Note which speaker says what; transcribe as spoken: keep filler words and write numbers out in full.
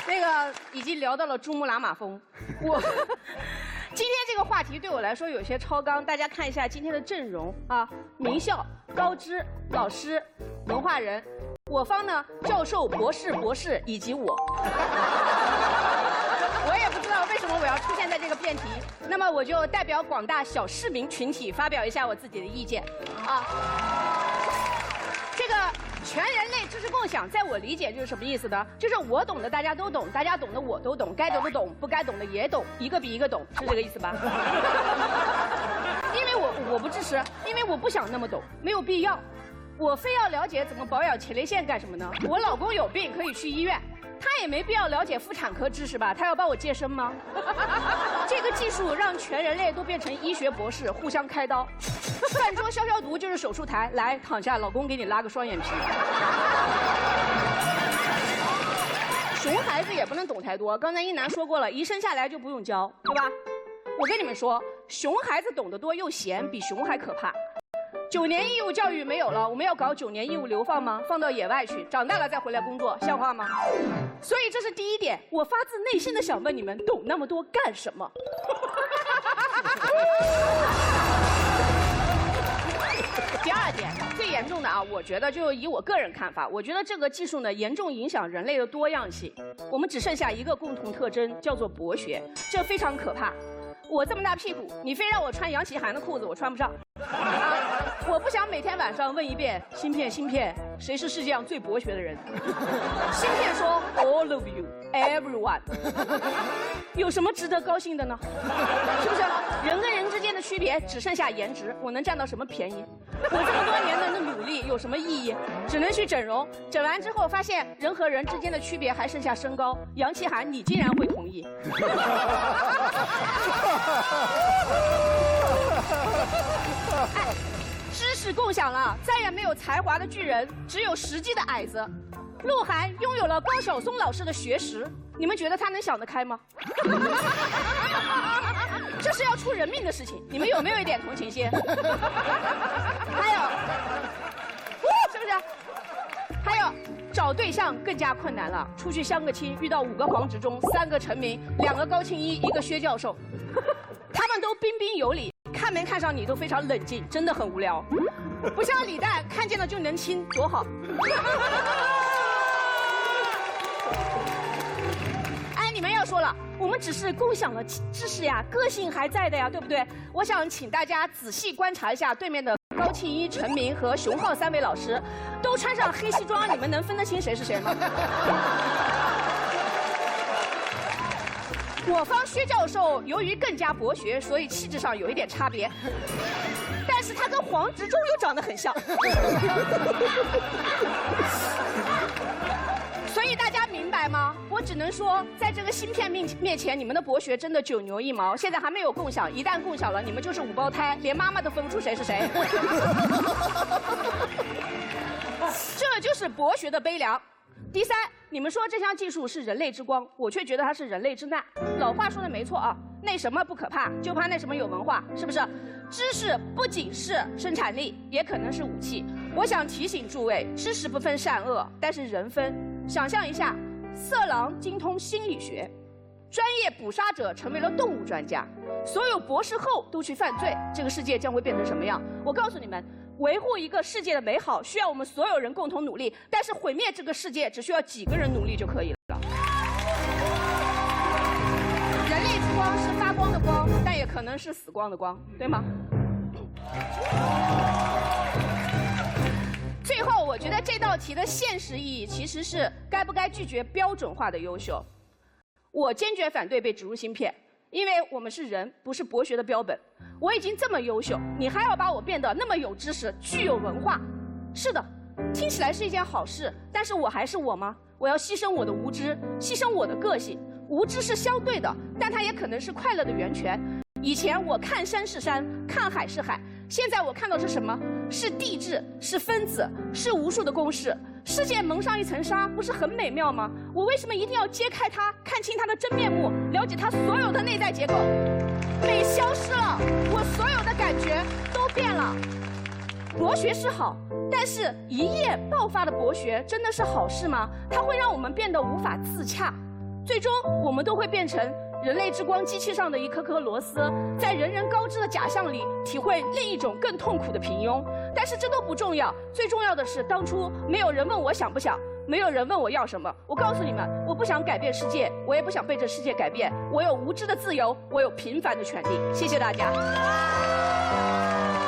Speaker 1: 那个已经聊到了珠穆朗玛峰，我今天这个话题对我来说有些超纲，大家看一下今天的阵容啊，名校、高知、老师、文化人，我方呢教授、博士、博士以及我。我也不知道为什么我要出现在这个辩题，那么我就代表广大小市民群体发表一下我自己的意见啊。这个全人类知识共享，在我理解就是什么意思呢？就是我懂的大家都懂，大家懂的我都懂，该懂的懂，不该懂的也懂，一个比一个懂，是这个意思吧？因为我我不支持，因为我不想那么懂，没有必要。我非要了解怎么保养前列腺干什么呢？我老公有病可以去医院。他也没必要了解妇产科知识吧？他要帮我接生吗？这个技术让全人类都变成医学博士，互相开刀。饭桌消消毒就是手术台，来躺下，老公给你拉个双眼皮。熊孩子也不能懂太多，刚才一楠说过了，一生下来就不用教，对吧？我跟你们说，熊孩子懂得多又闲，比熊还可怕。九年义务教育没有了，我们要搞九年义务流放吗？放到野外去，长大了再回来工作，像话吗？所以这是第一点，我发自内心的想问你们，懂那么多干什么？第二点，最严重的啊，我觉得就以我个人看法，我觉得这个技术呢严重影响人类的多样性。我们只剩下一个共同特征，叫做博学，这非常可怕。我这么大屁股，你非让我穿杨奇涵的裤子，我穿不上。啊，我不想每天晚上问一遍芯片芯片，谁是世界上最博学的人？芯片说 all of you, everyone。有什么值得高兴的呢？是不是？人跟人之间的区别只剩下颜值，我能占到什么便宜？我这么多年的努力有什么意义？只能去整容，整完之后发现人和人之间的区别还剩下身高。杨奇涵，你竟然会同意？哎，知识共享了，再也没有才华的巨人，只有实际的矮子。鹿晗拥有了高晓松老师的学识，你们觉得他能想得开吗？这是要出人命的事情，你们有没有一点同情心？还有，是不是？还有，找对象更加困难了。出去相个亲，遇到五个黄执中，三个陈明，两个高庆一，一个薛教授，他们都彬彬有礼，看没看上你都非常冷静，真的很无聊。不像李诞，看见了就能亲，多好。哎，你们要说了，我们只是共享了知识呀，个性还在的呀，对不对？我想请大家仔细观察一下对面的高庆一、陈明和熊浩三位老师，都穿上黑西装，你们能分得清谁是谁吗？我方薛教授由于更加博学，所以气质上有一点差别，但是他跟黄执中又长得很像。所以大家明白吗？我只能说，在这个芯片面面前，你们的博学真的九牛一毛。现在还没有共享，一旦共享了，你们就是五胞胎，连妈妈都分不出谁是谁。这就是博学的悲凉。第三，你们说这项技术是人类之光，我却觉得它是人类之难。老话说的没错啊，那什么不可怕，就怕那什么有文化，是不是？知识不仅是生产力，也可能是武器。我想提醒诸位，知识不分善恶，但是人分。想象一下，色狼精通心理学，专业捕杀者成为了动物专家，所有博士后都去犯罪，这个世界将会变成什么样？我告诉你们，维护一个世界的美好，需要我们所有人共同努力，但是毁灭这个世界，只需要几个人努力就可以了。人类之光是发光的光，但也可能是死光的光，对吗？最后，我觉得这道题的现实意义其实是该不该拒绝标准化的优秀。我坚决反对被植入芯片，因为我们是人，不是博学的标本。我已经这么优秀，你还要把我变得那么有知识、具有文化？是的，听起来是一件好事，但是我还是我吗？我要牺牲我的无知，牺牲我的个性。无知是相对的，但它也可能是快乐的源泉。以前我看山是山，看海是海，现在我看到是什么？是地质，是分子，是无数的公式。世界蒙上一层纱，不是很美妙吗？我为什么一定要揭开它，看清它的真面目，了解它所有的内在结构？美消失了，我所有的感觉都变了。博学是好，但是一夜爆发的博学真的是好事吗？它会让我们变得无法自洽。 最终我们都会变成人类之光机器上的一颗颗螺丝，在人人高知的假象里体会另一种更痛苦的平庸。但是这都不重要，最重要的是当初没有人问我想不想，没有人问我要什么。我告诉你们，我不想改变世界，我也不想被这世界改变。我有无知的自由，我有平凡的权利。谢谢大家。